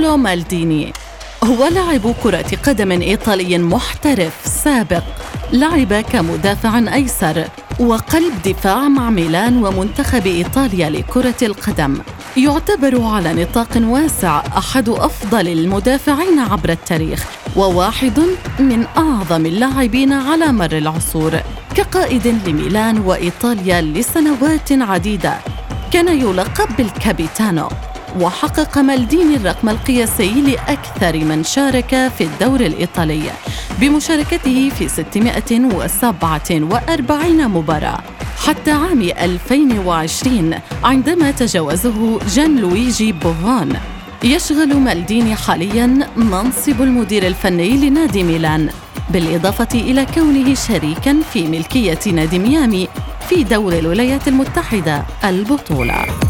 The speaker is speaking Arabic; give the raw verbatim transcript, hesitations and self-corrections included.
باولو مالديني هو لاعب كرة قدم إيطالي محترف سابق. لعب كمدافع أيسر وقلب دفاع مع ميلان ومنتخب إيطاليا لكرة القدم. يعتبر على نطاق واسع أحد أفضل المدافعين عبر التاريخ، وواحد من أعظم اللاعبين على مر العصور. كقائد لميلان وإيطاليا لسنوات عديدة كان يلقب بالكابيتانو، وحقق مالديني الرقم القياسي لأكثر من شارك في الدوري الإيطالي بمشاركته في ستمائة وسبعة وأربعين مباراة حتى عام ألفين وعشرين عندما تجاوزه جان لويجي بوفون. يشغل مالديني حالياً منصب المدير الفني لنادي ميلان، بالإضافة إلى كونه شريكاً في ملكية نادي ميامي في دوري الولايات المتحدة البطولة.